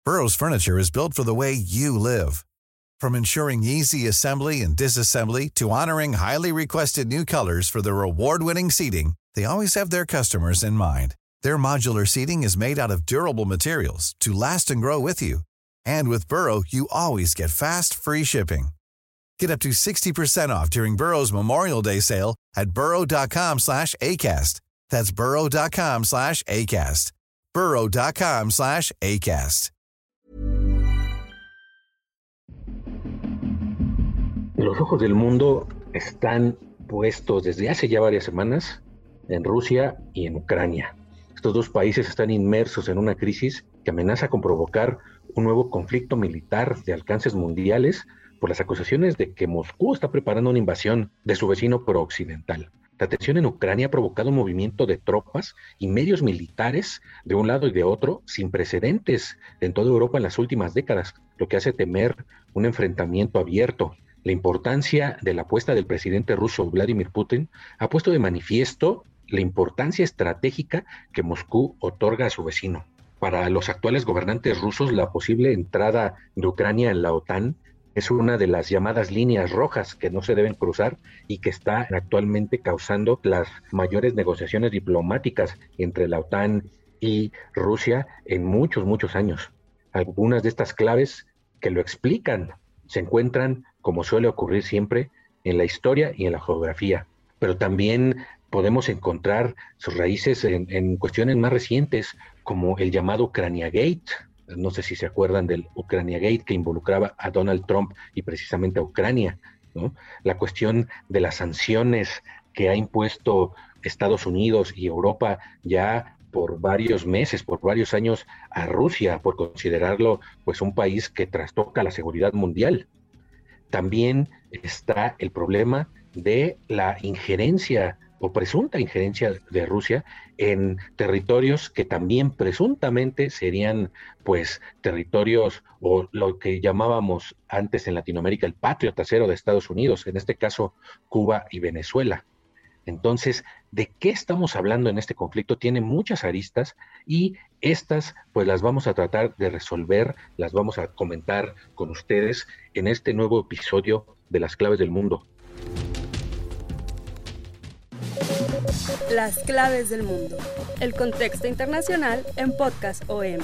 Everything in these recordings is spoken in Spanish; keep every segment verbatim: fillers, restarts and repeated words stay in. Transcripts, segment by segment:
Burrow's furniture is built for the way you live. From ensuring easy assembly and disassembly to honoring highly requested new colors for their award-winning seating, they always have their customers in mind. Their modular seating is made out of durable materials to last and grow with you. And with Burrow, you always get fast, free shipping. Get up to sixty percent off during Burrow's Memorial Day sale at burrow.com slash ACAST. That's burrow.com slash ACAST. burrow.com slash ACAST. Los ojos del mundo están puestos desde hace ya varias semanas en Rusia y en Ucrania. Estos dos países están inmersos en una crisis que amenaza con provocar un nuevo conflicto militar de alcances mundiales por las acusaciones de que Moscú está preparando una invasión de su vecino prooccidental. La tensión en Ucrania ha provocado un movimiento de tropas y medios militares de un lado y de otro sin precedentes en toda Europa en las últimas décadas, lo que hace temer un enfrentamiento abierto. La importancia de la apuesta del presidente ruso Vladimir Putin ha puesto de manifiesto la importancia estratégica que Moscú otorga a su vecino. Para los actuales gobernantes rusos, la posible entrada de Ucrania en la OTAN es una de las llamadas líneas rojas que no se deben cruzar y que está actualmente causando las mayores negociaciones diplomáticas entre la OTAN y Rusia en muchos, muchos años. Algunas de estas claves que lo explican se encuentran, como suele ocurrir siempre, en la historia y en la geografía, pero también podemos encontrar sus raíces en, en cuestiones más recientes, como el llamado Ucraniagate. No sé si se acuerdan del Ucraniagate, que involucraba a Donald Trump y precisamente a Ucrania, ¿no? La cuestión de las sanciones que ha impuesto Estados Unidos y Europa ya por varios meses, por varios años a Rusia, por considerarlo pues un país que trastoca la seguridad mundial. También está el problema de la injerencia o presunta injerencia de Rusia en territorios que también presuntamente serían pues territorios o lo que llamábamos antes en Latinoamérica el patrio trasero de Estados Unidos, en este caso Cuba y Venezuela. Entonces, ¿de qué estamos hablando en este conflicto? Tiene muchas aristas y estas pues las vamos a tratar de resolver, las vamos a comentar con ustedes en este nuevo episodio de Las Claves del Mundo. Las claves del mundo. El contexto internacional en Podcast O M.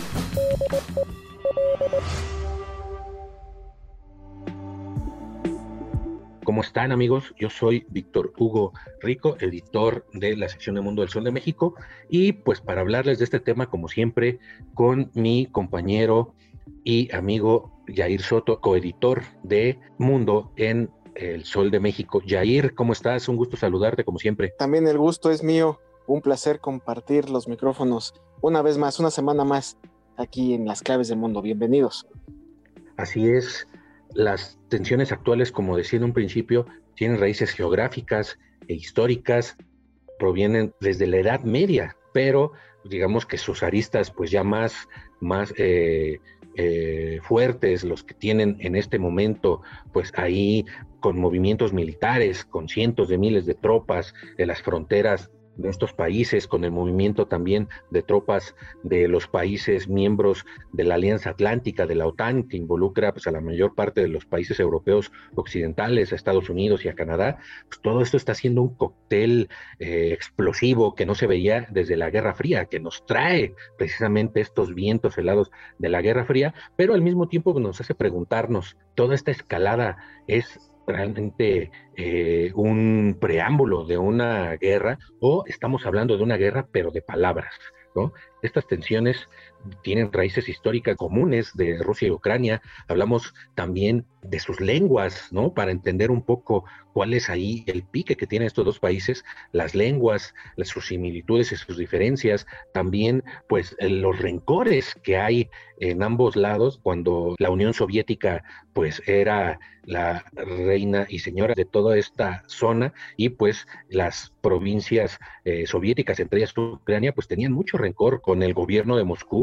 ¿Cómo están, amigos? Yo soy Víctor Hugo Rico, editor de la sección de Mundo del Sol de México, y pues para hablarles de este tema, como siempre, con mi compañero y amigo Yair Soto, coeditor de Mundo en El Sol de México. Yair, ¿cómo estás? Un gusto saludarte, como siempre. También el gusto es mío. Un placer compartir los micrófonos una vez más, una semana más, aquí en Las Claves del Mundo. Bienvenidos. Así es. Las tensiones actuales, como decía en un principio, tienen raíces geográficas e históricas, provienen desde la Edad Media, pero digamos que sus aristas pues ya más, más eh, eh, fuertes, los que tienen en este momento, pues ahí con movimientos militares, con cientos de miles de tropas en las fronteras de estos países, con el movimiento también de tropas de los países miembros de la Alianza Atlántica, de la OTAN, que involucra pues, a la mayor parte de los países europeos occidentales, a Estados Unidos y a Canadá. Pues todo esto está siendo un cóctel eh, explosivo que no se veía desde la Guerra Fría, que nos trae precisamente estos vientos helados de la Guerra Fría, pero al mismo tiempo nos hace preguntarnos, ¿toda esta escalada es realmente eh, un preámbulo de una guerra o estamos hablando de una guerra pero de palabras, ¿no? Estas tensiones tienen raíces históricas comunes de Rusia y Ucrania. Hablamos también de sus lenguas, ¿no? Para entender un poco cuál es ahí el pique que tienen estos dos países, las lenguas, las, sus similitudes y sus diferencias, también pues los rencores que hay en ambos lados cuando la Unión Soviética pues era la reina y señora de toda esta zona y pues las provincias eh, soviéticas, entre ellas Ucrania, pues tenían mucho rencor con el gobierno de Moscú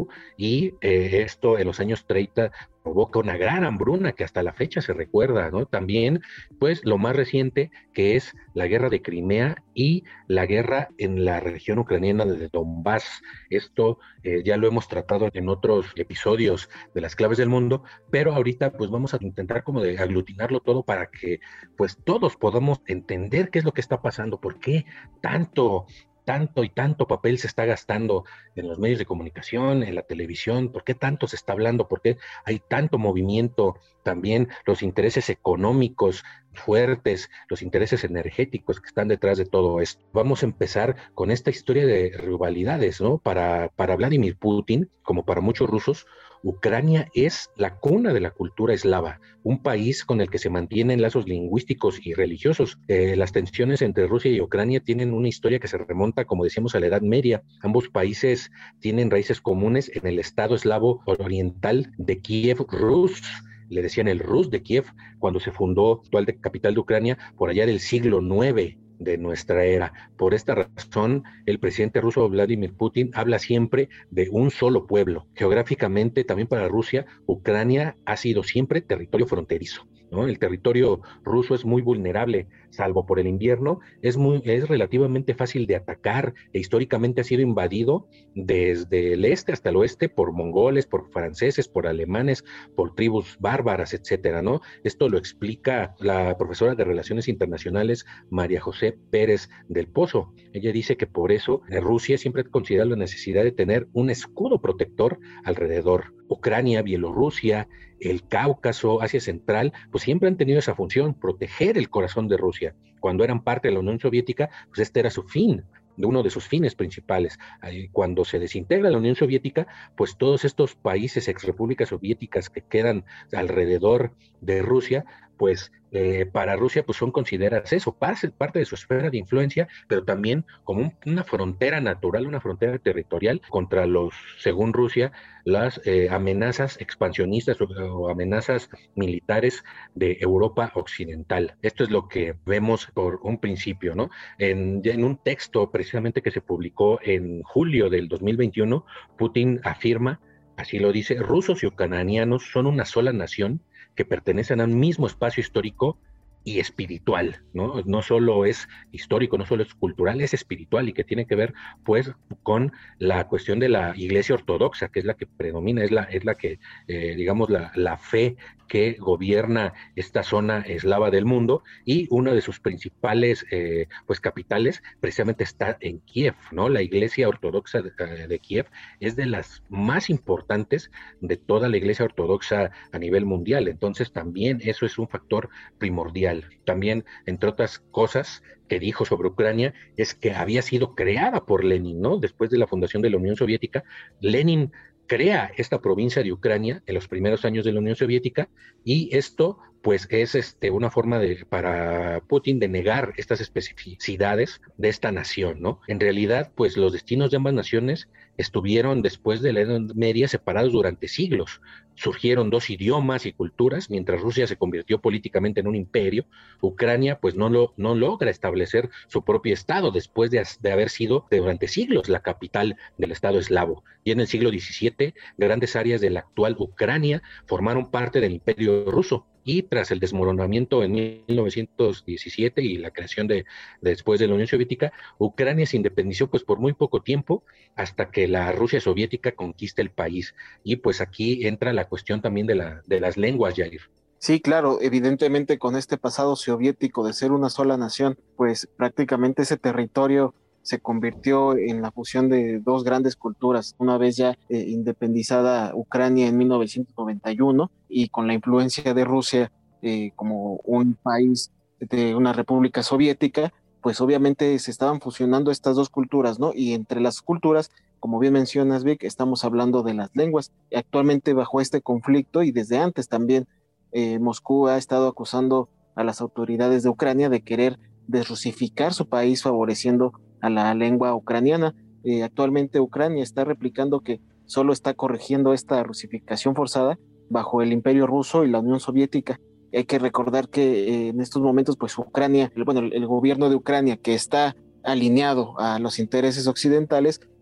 y eh, esto en los años treinta provoca una gran hambruna que hasta la fecha se recuerda, ¿no? También, pues, lo más reciente, que es la guerra de Crimea y la guerra en la región ucraniana de Donbass. Esto eh, ya lo hemos tratado en otros episodios de Las Claves del Mundo, pero ahorita, pues, vamos a intentar como de aglutinarlo todo para que, pues, todos podamos entender qué es lo que está pasando, por qué tanto tanto y tanto papel se está gastando en los medios de comunicación, en la televisión, por qué tanto se está hablando, por qué hay tanto movimiento, también los intereses económicos fuertes, los intereses energéticos que están detrás de todo esto. Vamos a empezar con esta historia de rivalidades, ¿no? Para, para Vladimir Putin, como para muchos rusos, Ucrania es la cuna de la cultura eslava, un país con el que se mantienen lazos lingüísticos y religiosos. Eh, las tensiones entre Rusia y Ucrania tienen una historia que se remonta, como decíamos, a la Edad Media. Ambos países tienen raíces comunes en el estado eslavo oriental de Kiev Rus. Le decían el Rus de Kiev, cuando se fundó actual de capital de Ucrania, por allá del siglo nueve de nuestra era. Por esta razón, el presidente ruso Vladimir Putin habla siempre de un solo pueblo. Geográficamente, también para Rusia, Ucrania ha sido siempre territorio fronterizo, ¿no? El territorio ruso es muy vulnerable, salvo por el invierno, es, muy, es relativamente fácil de atacar e históricamente ha sido invadido desde el este hasta el oeste por mongoles, por franceses, por alemanes, por tribus bárbaras, etcétera, ¿no? Esto lo explica la profesora de Relaciones Internacionales María José Pérez del Pozo. Ella dice que por eso Rusia siempre ha considerado la necesidad de tener un escudo protector alrededor. Ucrania, Bielorrusia, el Cáucaso, Asia Central, pues siempre han tenido esa función, proteger el corazón de Rusia. Cuando eran parte de la Unión Soviética, pues este era su fin, de uno de sus fines principales. Cuando se desintegra la Unión Soviética, pues todos estos países, exrepúblicas soviéticas que quedan alrededor de Rusia, pues eh, para Rusia pues son consideradas eso, parte, parte de su esfera de influencia, pero también como un, una frontera natural, una frontera territorial contra los, según Rusia, las eh, amenazas expansionistas o, o amenazas militares de Europa Occidental. Esto es lo que vemos por un principio, ¿no? En, en un texto precisamente que se publicó en julio del dos mil veintiuno, Putin afirma, así lo dice, rusos y ucranianos son una sola nación que pertenecen al mismo espacio histórico y espiritual, ¿no? No solo es histórico, no solo es cultural, es espiritual y que tiene que ver, pues, con la cuestión de la Iglesia Ortodoxa, que es la que predomina, es la, es la que, eh, digamos, la, la fe que gobierna esta zona eslava del mundo, y una de sus principales eh, pues capitales precisamente está en Kiev, ¿no? La Iglesia Ortodoxa de, de Kiev es de las más importantes de toda la Iglesia Ortodoxa a nivel mundial, entonces también eso es un factor primordial. También, entre otras cosas que dijo sobre Ucrania, es que había sido creada por Lenin, ¿no? Después de la fundación de la Unión Soviética, Lenin crea esta provincia de Ucrania en los primeros años de la Unión Soviética, y esto pues es este, una forma de, para Putin de negar estas especificidades de esta nación, ¿no? En realidad, pues los destinos de ambas naciones estuvieron después de la Edad Media separados durante siglos. Surgieron dos idiomas y culturas, mientras Rusia se convirtió políticamente en un imperio. Ucrania pues no, lo, no logra establecer su propio estado después de, de haber sido durante siglos la capital del estado eslavo. Y en el siglo diecisiete, grandes áreas de la actual Ucrania formaron parte del imperio ruso. Y tras el desmoronamiento en mil novecientos diecisiete y la creación de, de después de la Unión Soviética, Ucrania se independizó pues por muy poco tiempo, hasta que la Rusia soviética conquista el país. Y pues aquí entra la cuestión también de, la, de las lenguas, Yair. Sí, claro, evidentemente con este pasado soviético de ser una sola nación, pues prácticamente ese territorio se convirtió en la fusión de dos grandes culturas, una vez ya eh, independizada Ucrania en mil novecientos noventa y uno, y con la influencia de Rusia eh, como un país de una república soviética, pues obviamente se estaban fusionando estas dos culturas, ¿no? Y entre las culturas, como bien mencionas, Vic, estamos hablando de las lenguas. Actualmente bajo este conflicto, y desde antes también, eh, Moscú ha estado acusando a las autoridades de Ucrania de querer desrusificar su país, favoreciendo a la lengua ucraniana. Eh, actualmente Ucrania está replicando que solo está corrigiendo esta rusificación forzada bajo el Imperio Ruso y la Unión Soviética. Hay que recordar que eh, en estos momentos, pues Ucrania, bueno, el, el gobierno de Ucrania, que está alineado a los intereses occidentales,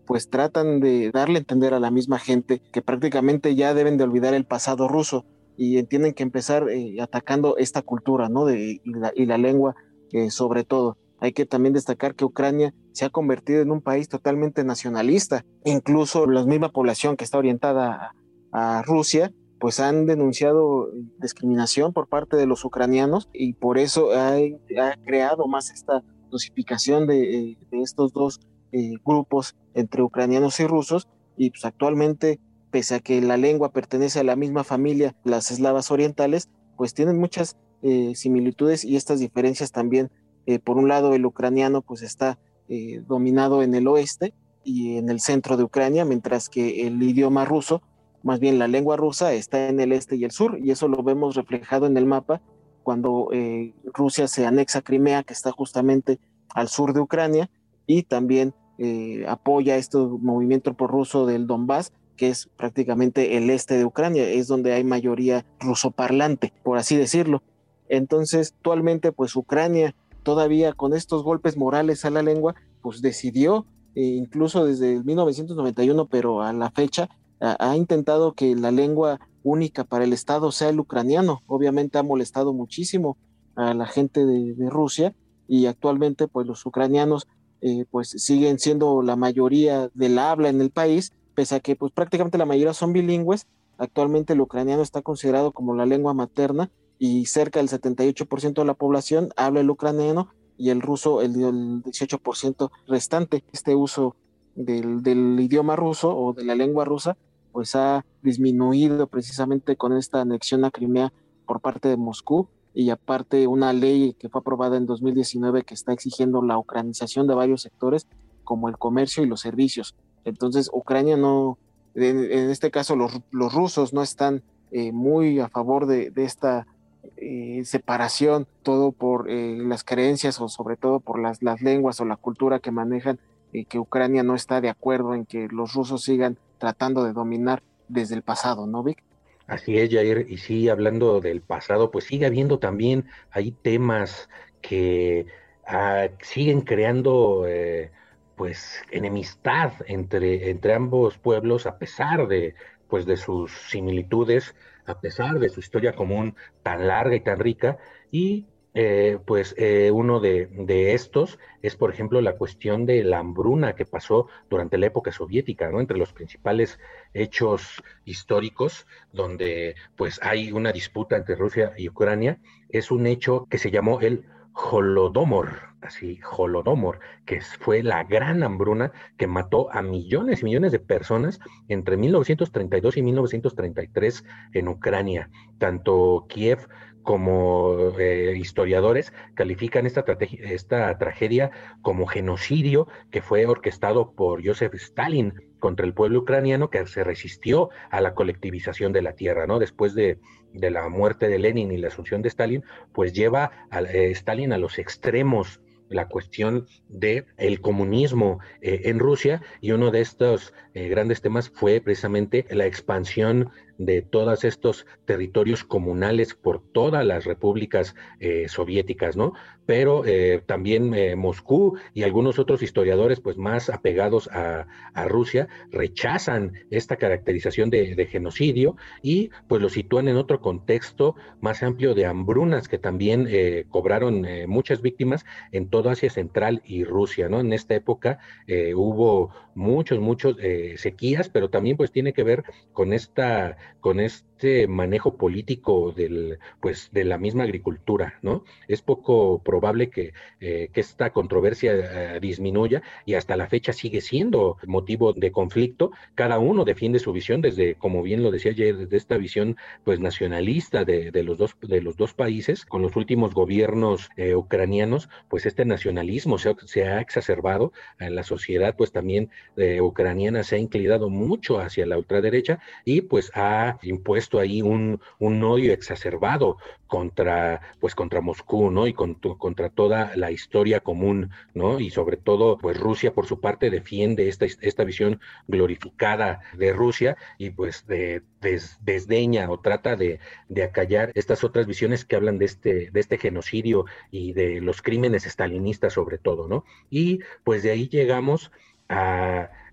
pues tratan de darle a entender a la misma gente que prácticamente ya deben de olvidar el pasado ruso y entienden que empezar eh, atacando esta cultura, ¿no? De, y, la, y la lengua eh, sobre todo. Hay que también destacar que Ucrania se ha convertido en un país totalmente nacionalista. Incluso la misma población que está orientada a, a Rusia, pues han denunciado discriminación por parte de los ucranianos y por eso ha, ha creado más esta dosificación de, de estos dos eh, grupos entre ucranianos y rusos. Y pues actualmente, pese a que la lengua pertenece a la misma familia, las eslavas orientales, pues tienen muchas eh, similitudes y estas diferencias también. Eh, por un lado, el ucraniano pues está eh, dominado en el oeste y en el centro de Ucrania, mientras que el idioma ruso, más bien la lengua rusa, está en el este y el sur, y eso lo vemos reflejado en el mapa cuando eh, Rusia se anexa Crimea, que está justamente al sur de Ucrania, y también eh, apoya este movimiento prorruso del Donbass, que es prácticamente el este de Ucrania, es donde hay mayoría rusoparlante, por así decirlo. Entonces, actualmente, pues Ucrania todavía con estos golpes morales a la lengua, pues decidió, eh, incluso desde mil novecientos noventa y uno, pero a la fecha, ha, ha intentado que la lengua única para el Estado sea el ucraniano. Obviamente ha molestado muchísimo a la gente de, de Rusia y actualmente pues los ucranianos eh, pues siguen siendo la mayoría del habla en el país, pese a que pues prácticamente la mayoría son bilingües. Actualmente el ucraniano está considerado como la lengua materna y cerca del setenta y ocho por ciento de la población habla el ucraniano y el ruso el, el dieciocho por ciento restante. Este uso del, del idioma ruso o de la lengua rusa pues ha disminuido precisamente con esta anexión a Crimea por parte de Moscú, y aparte una ley que fue aprobada en dos mil diecinueve que está exigiendo la ucranización de varios sectores como el comercio y los servicios. Entonces Ucrania no, en, en este caso los, los rusos no están eh, muy a favor de, de esta Eh, separación, todo por eh, las creencias o sobre todo por las, las lenguas o la cultura que manejan, y eh, que Ucrania no está de acuerdo en que los rusos sigan tratando de dominar desde el pasado, ¿no, Vic? Así es, Jair, y sí, hablando del pasado, pues sigue habiendo también ahí temas que ah, siguen creando eh, pues enemistad entre, entre ambos pueblos, a pesar de, pues, de sus similitudes, a pesar de su historia común tan larga y tan rica. Y eh, pues eh, uno de, de estos es, por ejemplo, la cuestión de la hambruna que pasó durante la época soviética, ¿no? Entre los principales hechos históricos donde pues hay una disputa entre Rusia y Ucrania, es un hecho que se llamó el Holodomor, así, Holodomor, que fue la gran hambruna que mató a millones y millones de personas entre mil novecientos treinta y dos y mil novecientos treinta y tres en Ucrania. Tanto Kiev como eh, historiadores califican esta, esta tragedia como genocidio que fue orquestado por Joseph Stalin contra el pueblo ucraniano, que se resistió a la colectivización de la tierra, ¿no? Después de, de la muerte de Lenin y la asunción de Stalin, pues lleva a eh, Stalin a los extremos la cuestión del el comunismo eh, en Rusia, y uno de estos eh, grandes temas fue precisamente la expansión de todos estos territorios comunales por todas las repúblicas eh, soviéticas, ¿no? Pero eh, también eh, Moscú y algunos otros historiadores pues más apegados a, a Rusia rechazan esta caracterización de, de genocidio y pues lo sitúan en otro contexto más amplio de hambrunas que también eh, cobraron eh, muchas víctimas en toda Asia Central y Rusia, ¿no? En esta época eh, hubo muchos, muchos eh, sequías, pero también pues tiene que ver con esta con este manejo político del, pues, de la misma agricultura, ¿no? Es poco probable que, eh, que esta controversia eh, disminuya, y hasta la fecha sigue siendo motivo de conflicto. Cada uno defiende su visión desde, como bien lo decía ayer, desde esta visión pues nacionalista de, de, los, dos, de los dos países. Con los últimos gobiernos eh, ucranianos, pues este nacionalismo se, se ha exacerbado. En la sociedad pues también eh, ucraniana se ha inclinado mucho hacia la ultraderecha y pues ha impuesto ahí un, un odio exacerbado contra, pues, contra Moscú, ¿no? Y con, contra toda la historia común, ¿no? Y sobre todo, pues Rusia por su parte defiende esta, esta visión glorificada de Rusia y pues de, des, desdeña o trata de, de acallar estas otras visiones que hablan de este, de este genocidio y de los crímenes estalinistas sobre todo, ¿no? Y pues de ahí llegamos a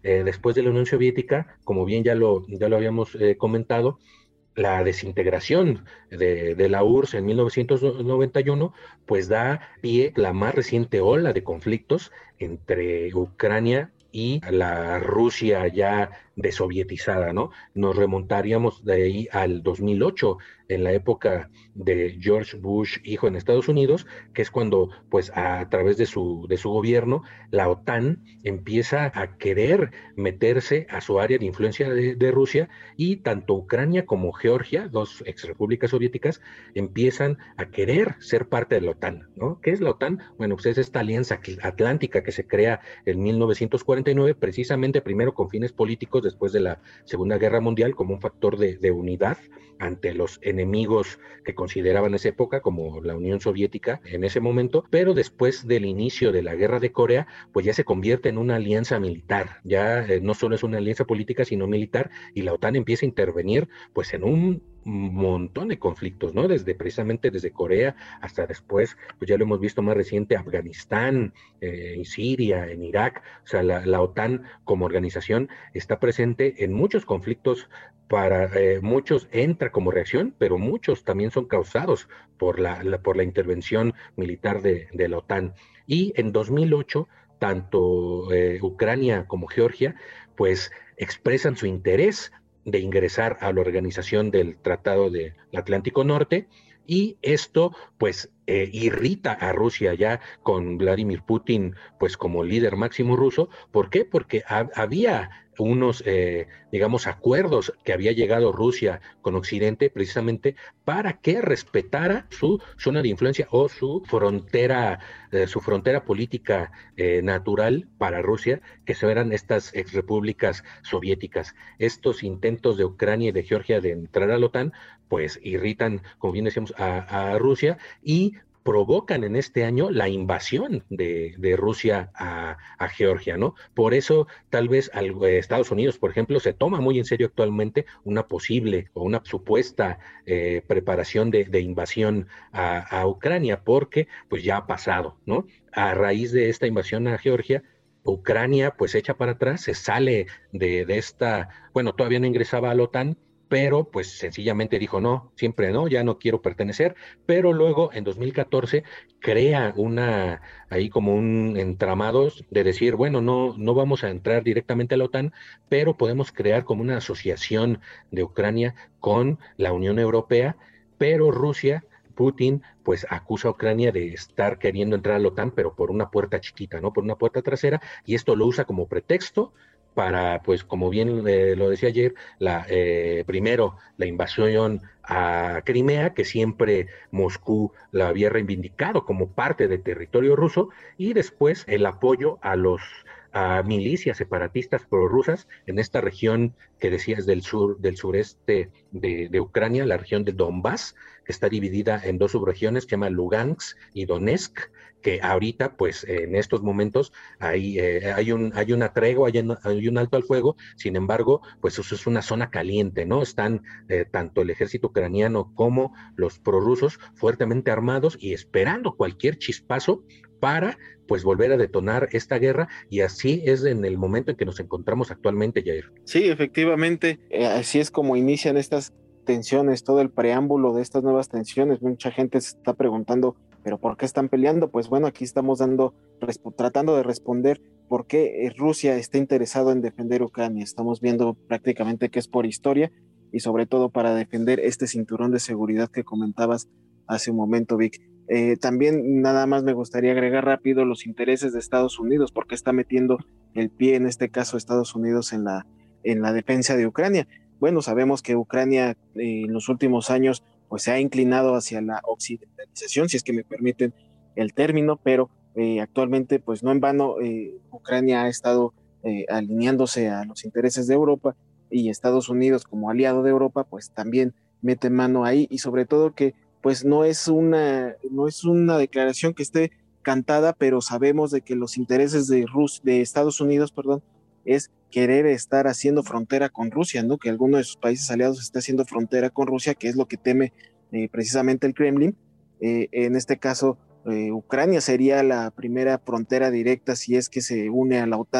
eh, después de la Unión Soviética, como bien ya lo, ya lo habíamos eh, comentado, la desintegración de, de la U R S S en mil novecientos noventa y uno, pues da pie a la más reciente ola de conflictos entre Ucrania y la Rusia ya desovietizada, ¿no? Nos remontaríamos de ahí al dos mil ocho, en la época de George Bush, hijo, en Estados Unidos, que es cuando, pues, a través de su, de su gobierno, la OTAN empieza a querer meterse a su área de influencia de, de Rusia, y tanto Ucrania como Georgia, dos exrepúblicas soviéticas, empiezan a querer ser parte de la OTAN, ¿no? ¿Qué es la OTAN? Bueno, pues es esta alianza atlántica que se crea en mil novecientos cuarenta y nueve, precisamente primero con fines políticos, después de la Segunda Guerra Mundial, como un factor de, de unidad ante los enemigos que consideraban en esa época, como la Unión Soviética en ese momento, pero después del inicio de la Guerra de Corea, pues ya se convierte en una alianza militar, ya eh, no solo es una alianza política, sino militar, y la OTAN empieza a intervenir pues en un montón de conflictos, ¿no? Desde precisamente desde Corea hasta después, pues ya lo hemos visto más reciente, Afganistán, eh, en Siria, en Irak. O sea, la, la OTAN como organización está presente en muchos conflictos. Para eh, muchos entra como reacción, pero muchos también son causados por la, la por la intervención militar de, de la OTAN. Y en dos mil ocho, tanto eh, Ucrania como Georgia, pues expresan su interés de ingresar a la organización del Tratado del Atlántico Norte, y esto pues eh, irrita a Rusia ya con Vladimir Putin pues como líder máximo ruso. ¿Por qué? Porque ha, había unos, eh, digamos, acuerdos que había llegado Rusia con Occidente precisamente para que respetara su zona de influencia o su frontera, eh, su frontera política eh, natural para Rusia, que eran estas exrepúblicas soviéticas. Estos intentos de Ucrania y de Georgia de entrar a la OTAN, pues irritan, como bien decíamos, a, a Rusia, y provocan en este año la invasión de, de Rusia a, a, Georgia, ¿no? Por eso, tal vez al, eh, Estados Unidos, por ejemplo, se toma muy en serio actualmente una posible o una supuesta eh, preparación de, de invasión a, a Ucrania, porque pues ya ha pasado, ¿no? A raíz de esta invasión a Georgia, Ucrania pues echa para atrás, se sale de, de esta, bueno, todavía no ingresaba a la OTAN, pero pues sencillamente dijo no, siempre no, ya no quiero pertenecer. Pero luego en dos mil catorce crea una, ahí como un entramado de decir, bueno, no, no vamos a entrar directamente a la OTAN, pero podemos crear como una asociación de Ucrania con la Unión Europea. Pero Rusia, Putin, pues acusa a Ucrania de estar queriendo entrar a la OTAN, pero por una puerta chiquita, ¿no? Por una puerta trasera, y esto lo usa como pretexto para, pues, como bien eh, lo decía ayer, la, eh, primero la invasión a Crimea, que siempre Moscú la había reivindicado como parte del territorio ruso, y después el apoyo a los a milicias separatistas prorrusas en esta región que decías del sur, del sureste de, de Ucrania, la región de Donbass, que está dividida en dos subregiones, que se llama Lugansk y Donetsk, que ahorita, pues, en estos momentos hay, eh, hay, un, hay una tregua, hay un, hay un alto al fuego. Sin embargo, pues eso es una zona caliente, ¿no? Están eh, tanto el ejército ucraniano como los prorrusos fuertemente armados y esperando cualquier chispazo para, pues, volver a detonar esta guerra, y así es en el momento en que nos encontramos actualmente, Jair. Sí, efectivamente, eh, así es como inician estas tensiones, todo el preámbulo de estas nuevas tensiones. Mucha gente se está preguntando, ¿pero por qué están peleando? Pues bueno, aquí estamos dando, tratando de responder por qué Rusia está interesado en defender Ucrania. Estamos viendo prácticamente que es por historia y sobre todo para defender este cinturón de seguridad que comentabas hace un momento, Vic. Eh, también nada más me gustaría agregar rápido los intereses de Estados Unidos, porque está metiendo el pie, en este caso Estados Unidos, en la, en la defensa de Ucrania. Bueno, sabemos que Ucrania eh, en los últimos años pues se ha inclinado hacia la occidentalización, si es que me permiten el término, pero eh, actualmente pues no en vano eh, Ucrania ha estado eh, alineándose a los intereses de Europa, y Estados Unidos como aliado de Europa pues también mete mano ahí, y sobre todo que pues no es una, no es una declaración que esté cantada, pero sabemos de que los intereses de, Rus de Estados Unidos, perdón, es querer estar haciendo frontera con Rusia, ¿no? Que alguno de sus países aliados esté haciendo frontera con Rusia, que es lo que teme eh, precisamente el Kremlin. Eh, en este caso, eh, Ucrania sería la primera frontera directa si es que se une a la OTAN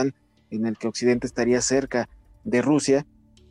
en el que Occidente estaría cerca de Rusia,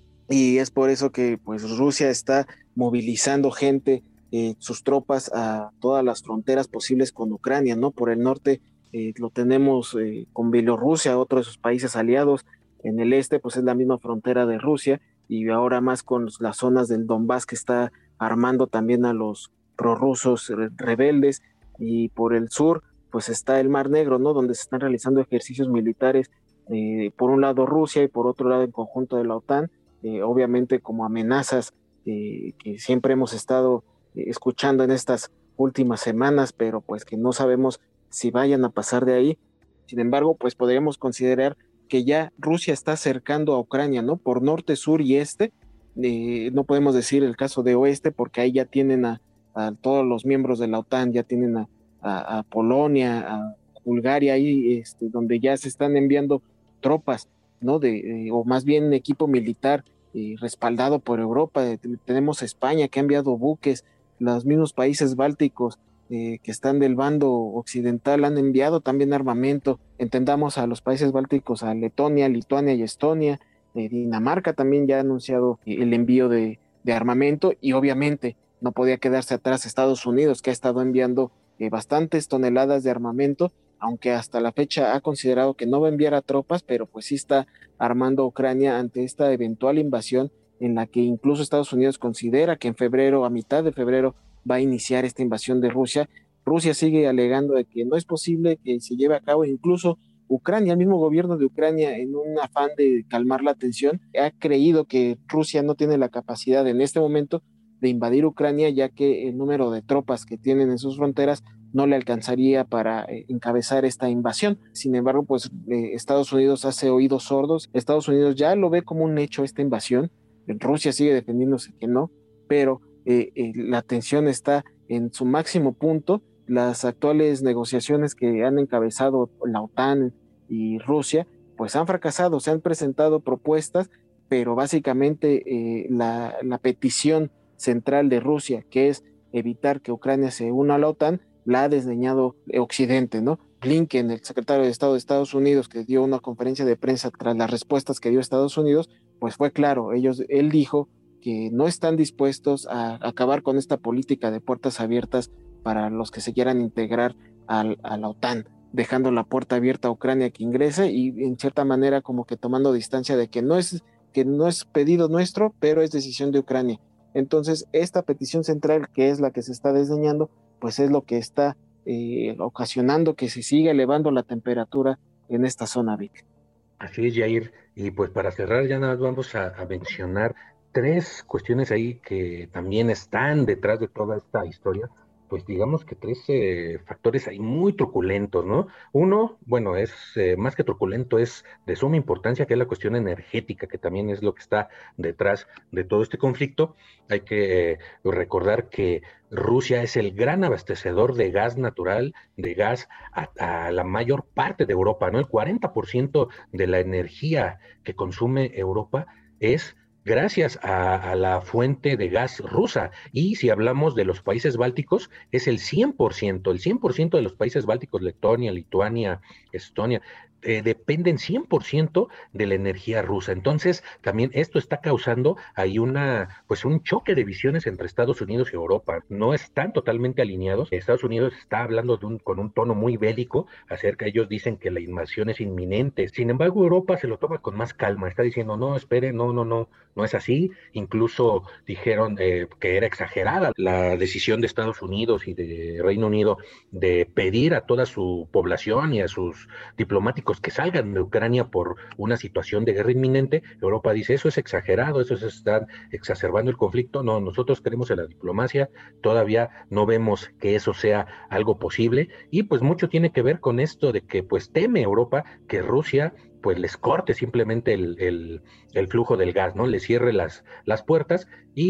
y es por eso que pues Rusia está movilizando gente, eh, sus tropas a todas las fronteras posibles con Ucrania, ¿no? Por el norte eh, lo tenemos eh, con Bielorrusia, otro de sus países aliados. En el este pues es la misma frontera de Rusia, y ahora más con las zonas del Donbass, que está armando también a los prorrusos rebeldes, y por el sur pues está el Mar Negro, ¿no? Donde se están realizando ejercicios militares, eh, por un lado Rusia y por otro lado en conjunto de la OTAN, eh, obviamente como amenazas eh, que siempre hemos estado eh, escuchando en estas últimas semanas, pero pues que no sabemos si vayan a pasar de ahí. Sin embargo, pues podríamos considerar que ya Rusia está acercando a Ucrania, ¿no? Por norte, sur y este. Eh, no podemos decir el caso de oeste, porque ahí ya tienen a, a todos los miembros de la OTAN, ya tienen a, a, a Polonia, a Bulgaria, ahí este, donde ya se están enviando tropas, ¿no? De, eh, o más bien equipo militar eh, respaldado por Europa. Eh, tenemos a España, que ha enviado buques, los mismos países bálticos eh, que están del bando occidental han enviado también armamento. Entendamos a los países bálticos, a Letonia, Lituania y Estonia. eh, Dinamarca también ya ha anunciado eh, el envío de, de armamento, y obviamente no podía quedarse atrás Estados Unidos, que ha estado enviando eh, bastantes toneladas de armamento, aunque hasta la fecha ha considerado que no va a enviar a tropas, pero pues sí está armando a Ucrania ante esta eventual invasión, en la que incluso Estados Unidos considera que en febrero, a mitad de febrero, va a iniciar esta invasión de Rusia. Rusia sigue alegando de que no es posible que se lleve a cabo. Incluso Ucrania, el mismo gobierno de Ucrania, en un afán de calmar la tensión, ha creído que Rusia no tiene la capacidad en este momento de invadir Ucrania, ya que el número de tropas que tienen en sus fronteras no le alcanzaría para eh, encabezar esta invasión. Sin embargo, pues eh, Estados Unidos hace oídos sordos. Estados Unidos ya lo ve como un hecho esta invasión. Rusia sigue defendiéndose que no, pero eh, eh, la tensión está en su máximo punto. Las actuales negociaciones que han encabezado la OTAN y Rusia, pues han fracasado. Se han presentado propuestas, pero básicamente eh, la, la petición central de Rusia, que es evitar que Ucrania se una a la OTAN, la ha desdeñado Occidente, ¿no? Blinken, el secretario de Estado de Estados Unidos, que dio una conferencia de prensa tras las respuestas que dio Estados Unidos, pues fue claro. Ellos, él dijo que no están dispuestos a acabar con esta política de puertas abiertas para los que se quieran integrar al, a la OTAN, dejando la puerta abierta a Ucrania que ingrese, y en cierta manera como que tomando distancia de que no es, que no es pedido nuestro, pero es decisión de Ucrania. Entonces, esta petición central, que es la que se está desdeñando, pues es lo que está eh, ocasionando que se siga elevando la temperatura en esta zona, Vic. Así es, Jair. Y pues para cerrar, ya nada más vamos a, a mencionar tres cuestiones ahí que también están detrás de toda esta historia. Pues digamos que tres eh, factores ahí muy truculentos, ¿no? Uno, bueno, es eh, más que truculento, es de suma importancia, que es la cuestión energética, que también es lo que está detrás de todo este conflicto. Hay que eh, recordar que Rusia es el gran abastecedor de gas natural, de gas a, a la mayor parte de Europa, ¿no? El cuarenta por ciento de la energía que consume Europa es gracias a, a la fuente de gas rusa. Y si hablamos de los países bálticos, es el cien por ciento, el cien por ciento de los países bálticos, Letonia, Lituania, Estonia, eh, dependen cien por ciento de la energía rusa. Entonces, también esto está causando ahí una, pues un choque de visiones entre Estados Unidos y Europa. No están totalmente alineados. Estados Unidos está hablando de un, con un tono muy bélico acerca, ellos dicen que la invasión es inminente. Sin embargo, Europa se lo toma con más calma. Está diciendo, no, espere, no, no, no, no es así. Incluso dijeron eh, que era exagerada la decisión de Estados Unidos y de Reino Unido de pedir a toda su población y a sus diplomáticos que salgan de Ucrania por una situación de guerra inminente. Europa dice, eso es exagerado, eso es estar exacerbando el conflicto. No, nosotros creemos en la diplomacia, todavía no vemos que eso sea algo posible, y pues mucho tiene que ver con esto de que pues teme Europa que Rusia pues les corte simplemente el, el, el flujo del gas, ¿no? Les cierre las, las puertas, y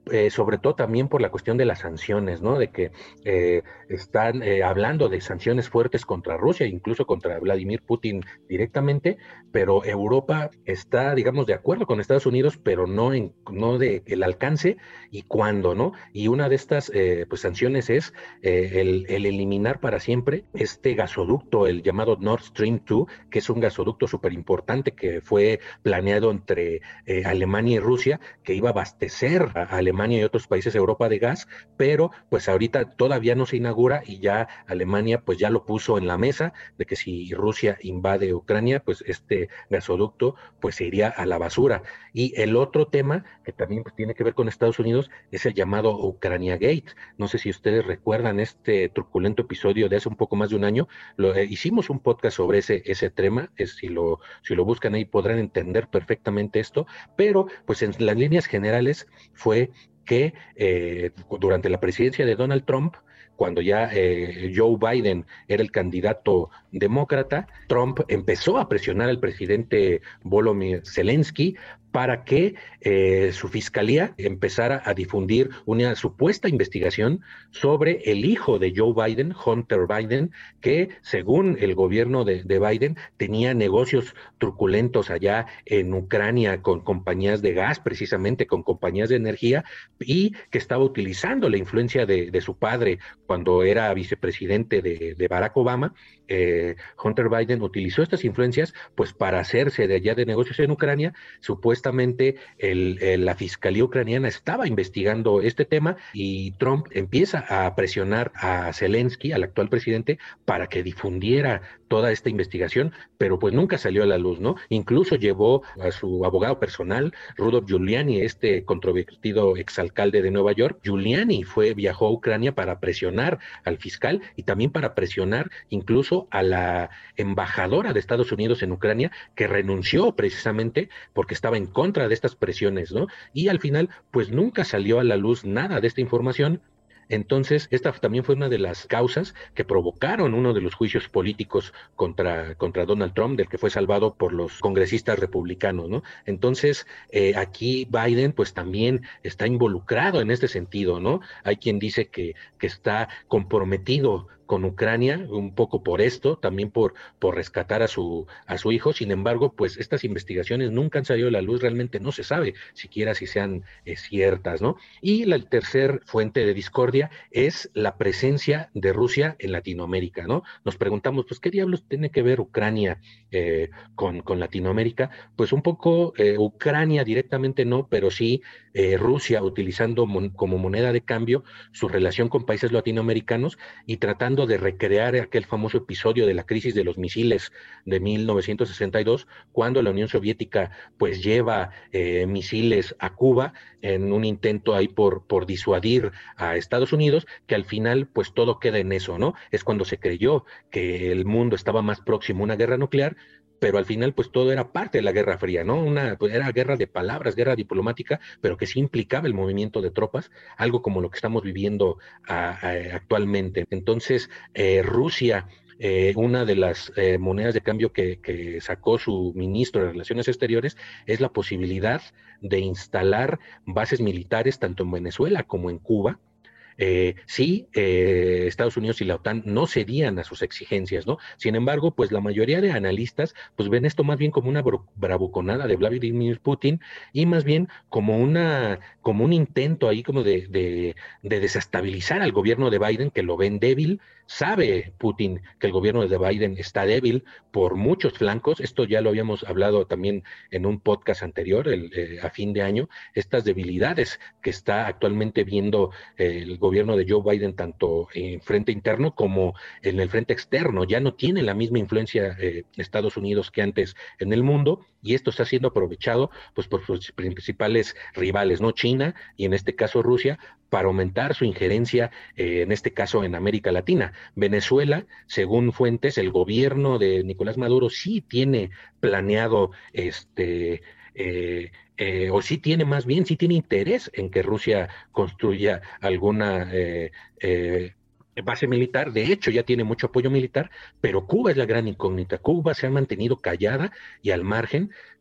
eh, sobre todo también por la cuestión de las sanciones, ¿no? De que eh, están eh, hablando de sanciones fuertes contra Rusia, incluso contra Vladimir Putin directamente, pero Europa está, digamos, de acuerdo con Estados Unidos, pero no en no de el alcance y cuándo, ¿no? Y una de estas eh, pues sanciones es eh, el, el eliminar para siempre este gasoducto, el llamado Nord Stream dos, que es un gasoducto súper importante que fue planeado entre eh, Alemania y Rusia, que iba a abastecer a Alemania y otros países de Europa de gas, pero pues ahorita todavía no se inaugura y ya Alemania pues ya lo puso en la mesa de que si Rusia invade Ucrania, pues este gasoducto pues se iría a la basura. Y el otro tema que también pues, tiene que ver con Estados Unidos es el llamado Ucrania Gate. No sé si ustedes recuerdan este truculento episodio de hace un poco más de un año. Lo, eh, hicimos un podcast sobre ese, ese tema. Es, si, lo, si lo buscan ahí podrán entender perfectamente esto. Pero pues en las líneas generales fue que eh, durante la presidencia de Donald Trump, cuando ya eh, Joe Biden era el candidato demócrata, Trump empezó a presionar al presidente Volodymyr Zelensky para que eh, su fiscalía empezara a difundir una supuesta investigación sobre el hijo de Joe Biden, Hunter Biden, que según el gobierno de, de Biden tenía negocios truculentos allá en Ucrania con compañías de gas, precisamente con compañías de energía, y que estaba utilizando la influencia de, de su padre cuando era vicepresidente de, de Barack Obama. Eh, Hunter Biden utilizó estas influencias pues para hacerse de allá de negocios en Ucrania. Supuestamente el, el, la fiscalía ucraniana estaba investigando este tema y Trump empieza a presionar a Zelensky, al actual presidente, para que difundiera toda esta investigación, pero pues nunca salió a la luz, ¿no? Incluso llevó a su abogado personal, Rudolph Giuliani, este controvertido exalcalde de Nueva York. Giuliani fue, viajó a Ucrania para presionar al fiscal y también para presionar incluso a la embajadora de Estados Unidos en Ucrania, que renunció precisamente porque estaba en contra de estas presiones, ¿no? Y al final, pues nunca salió a la luz nada de esta información. Entonces, esta también fue una de las causas que provocaron uno de los juicios políticos contra, contra Donald Trump, del que fue salvado por los congresistas republicanos, ¿no? Entonces, eh, aquí Biden, pues también está involucrado en este sentido, ¿no? Hay quien dice que, que está comprometido con Ucrania, un poco por esto, también por, por rescatar a su, a su hijo. Sin embargo, pues estas investigaciones nunca han salido a la luz, realmente no se sabe siquiera si sean eh, ciertas, ¿no? Y la tercera fuente de discordia es la presencia de Rusia en Latinoamérica, ¿no? Nos preguntamos, pues, ¿qué diablos tiene que ver Ucrania eh, con, con Latinoamérica? Pues un poco eh, Ucrania directamente no, pero sí eh, Rusia utilizando mon- como moneda de cambio su relación con países latinoamericanos y tratando de recrear aquel famoso episodio de la crisis de los misiles de mil novecientos sesenta y dos, cuando la Unión Soviética pues lleva eh, misiles a Cuba en un intento ahí por, por disuadir a Estados Unidos, que al final pues todo queda en eso, ¿no? Es cuando se creyó que el mundo estaba más próximo a una guerra nuclear, pero al final pues todo era parte de la Guerra Fría, ¿no? Una, pues, era guerra de palabras, guerra diplomática, pero que sí implicaba el movimiento de tropas, algo como lo que estamos viviendo a, a, actualmente. Entonces, eh, Rusia, eh, una de las eh, monedas de cambio que, que sacó su ministro de Relaciones Exteriores es la posibilidad de instalar bases militares tanto en Venezuela como en Cuba. Eh, sí, eh, Estados Unidos y la OTAN no cedían a sus exigencias, ¿no? Sin embargo, pues la mayoría de analistas pues ven esto más bien como una bro- bravuconada de Vladimir Putin y más bien como una como un intento ahí como de, de, de desestabilizar al gobierno de Biden, que lo ven débil. Sabe Putin que el gobierno de Biden está débil por muchos flancos. Esto ya lo habíamos hablado también en un podcast anterior, el, eh, a fin de año, estas debilidades que está actualmente viendo eh, el gobierno de Joe Biden, tanto en frente interno como en el frente externo. Ya no tiene la misma influencia eh, Estados Unidos que antes en el mundo, y esto está siendo aprovechado pues por sus principales rivales, ¿no? China y en este caso Rusia, para aumentar su injerencia, eh, en este caso en América Latina. Venezuela, según fuentes, el gobierno de Nicolás Maduro sí tiene planeado este eh, eh, o sí tiene más bien, sí tiene interés en que Rusia construya alguna eh, eh, base militar. De hecho, ya tiene mucho apoyo militar, pero Cuba es la gran incógnita. Cuba se ha mantenido callada y al margen,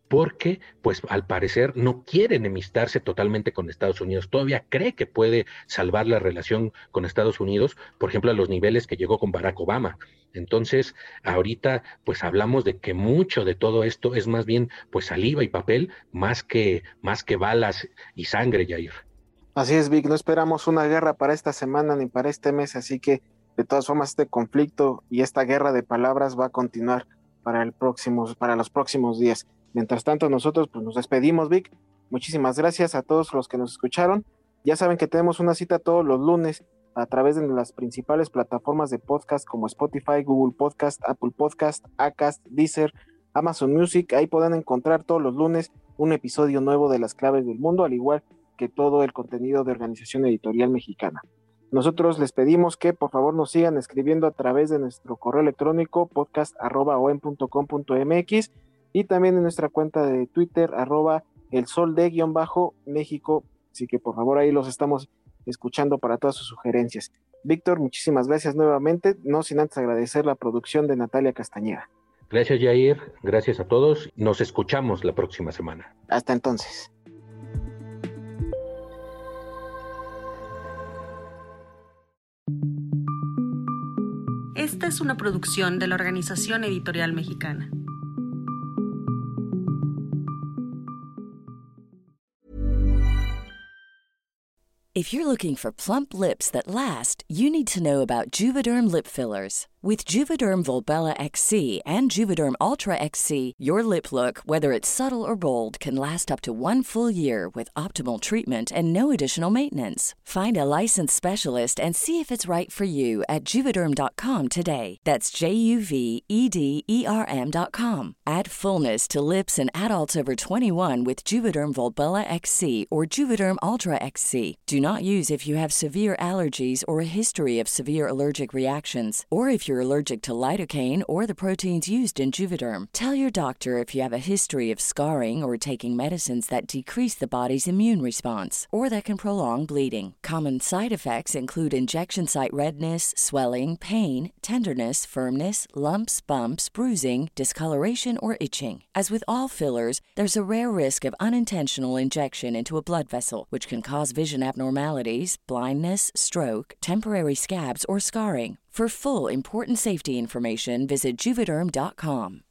porque pues al parecer no quiere enemistarse totalmente con Estados Unidos, todavía cree que puede salvar la relación con Estados Unidos, por ejemplo, a los niveles que llegó con Barack Obama. Entonces, ahorita pues hablamos de que mucho de todo esto es más bien pues saliva y papel, más que, más que balas y sangre, Jair. Así es, Vic, no esperamos una guerra para esta semana ni para este mes, así que de todas formas este conflicto y esta guerra de palabras va a continuar para, el próximo, para los próximos días. Mientras tanto, nosotros pues, nos despedimos, Vic. Muchísimas gracias a todos los que nos escucharon. Ya saben que tenemos una cita todos los lunes a través de las principales plataformas de podcast como Spotify, Google Podcast, Apple Podcast, Acast, Deezer, Amazon Music. Ahí podrán encontrar todos los lunes un episodio nuevo de Las Claves del Mundo, al igual que todo el contenido de Organización Editorial Mexicana. Nosotros les pedimos que por favor nos sigan escribiendo a través de nuestro correo electrónico podcast arroba o e m punto com punto m x y también en nuestra cuenta de Twitter arroba el sol de guión bajo México, así que por favor ahí los estamos escuchando para todas sus sugerencias. Víctor, muchísimas gracias nuevamente, no sin antes agradecer la producción de Natalia Castañeda. Gracias, Jair, gracias a todos, nos escuchamos la próxima semana. Hasta entonces. Esta es una producción de la Organización Editorial Mexicana. If you're looking for plump lips that last, you need to know about Juvederm lip fillers. With Juvederm Volbella X C and Juvederm Ultra X C, your lip look, whether it's subtle or bold, can last up to one full year with optimal treatment and no additional maintenance. Find a licensed specialist and see if it's right for you at Juvederm dot com today. That's J U V E D E R M dot com. Add fullness to lips in adults over twenty-one with Juvederm Volbella X C or Juvederm Ultra X C. Do not use if you have severe allergies or a history of severe allergic reactions, or if you're allergic to lidocaine or the proteins used in Juvederm. Tell your doctor if you have a history of scarring or taking medicines that decrease the body's immune response or that can prolong bleeding. Common side effects include injection site redness, swelling, pain, tenderness, firmness, lumps, bumps, bruising, discoloration, or itching. As with all fillers, there's a rare risk of unintentional injection into a blood vessel, which can cause vision abnormalities, blindness, stroke, temporary scabs, or scarring. For full, important safety information, visit Juvederm dot com.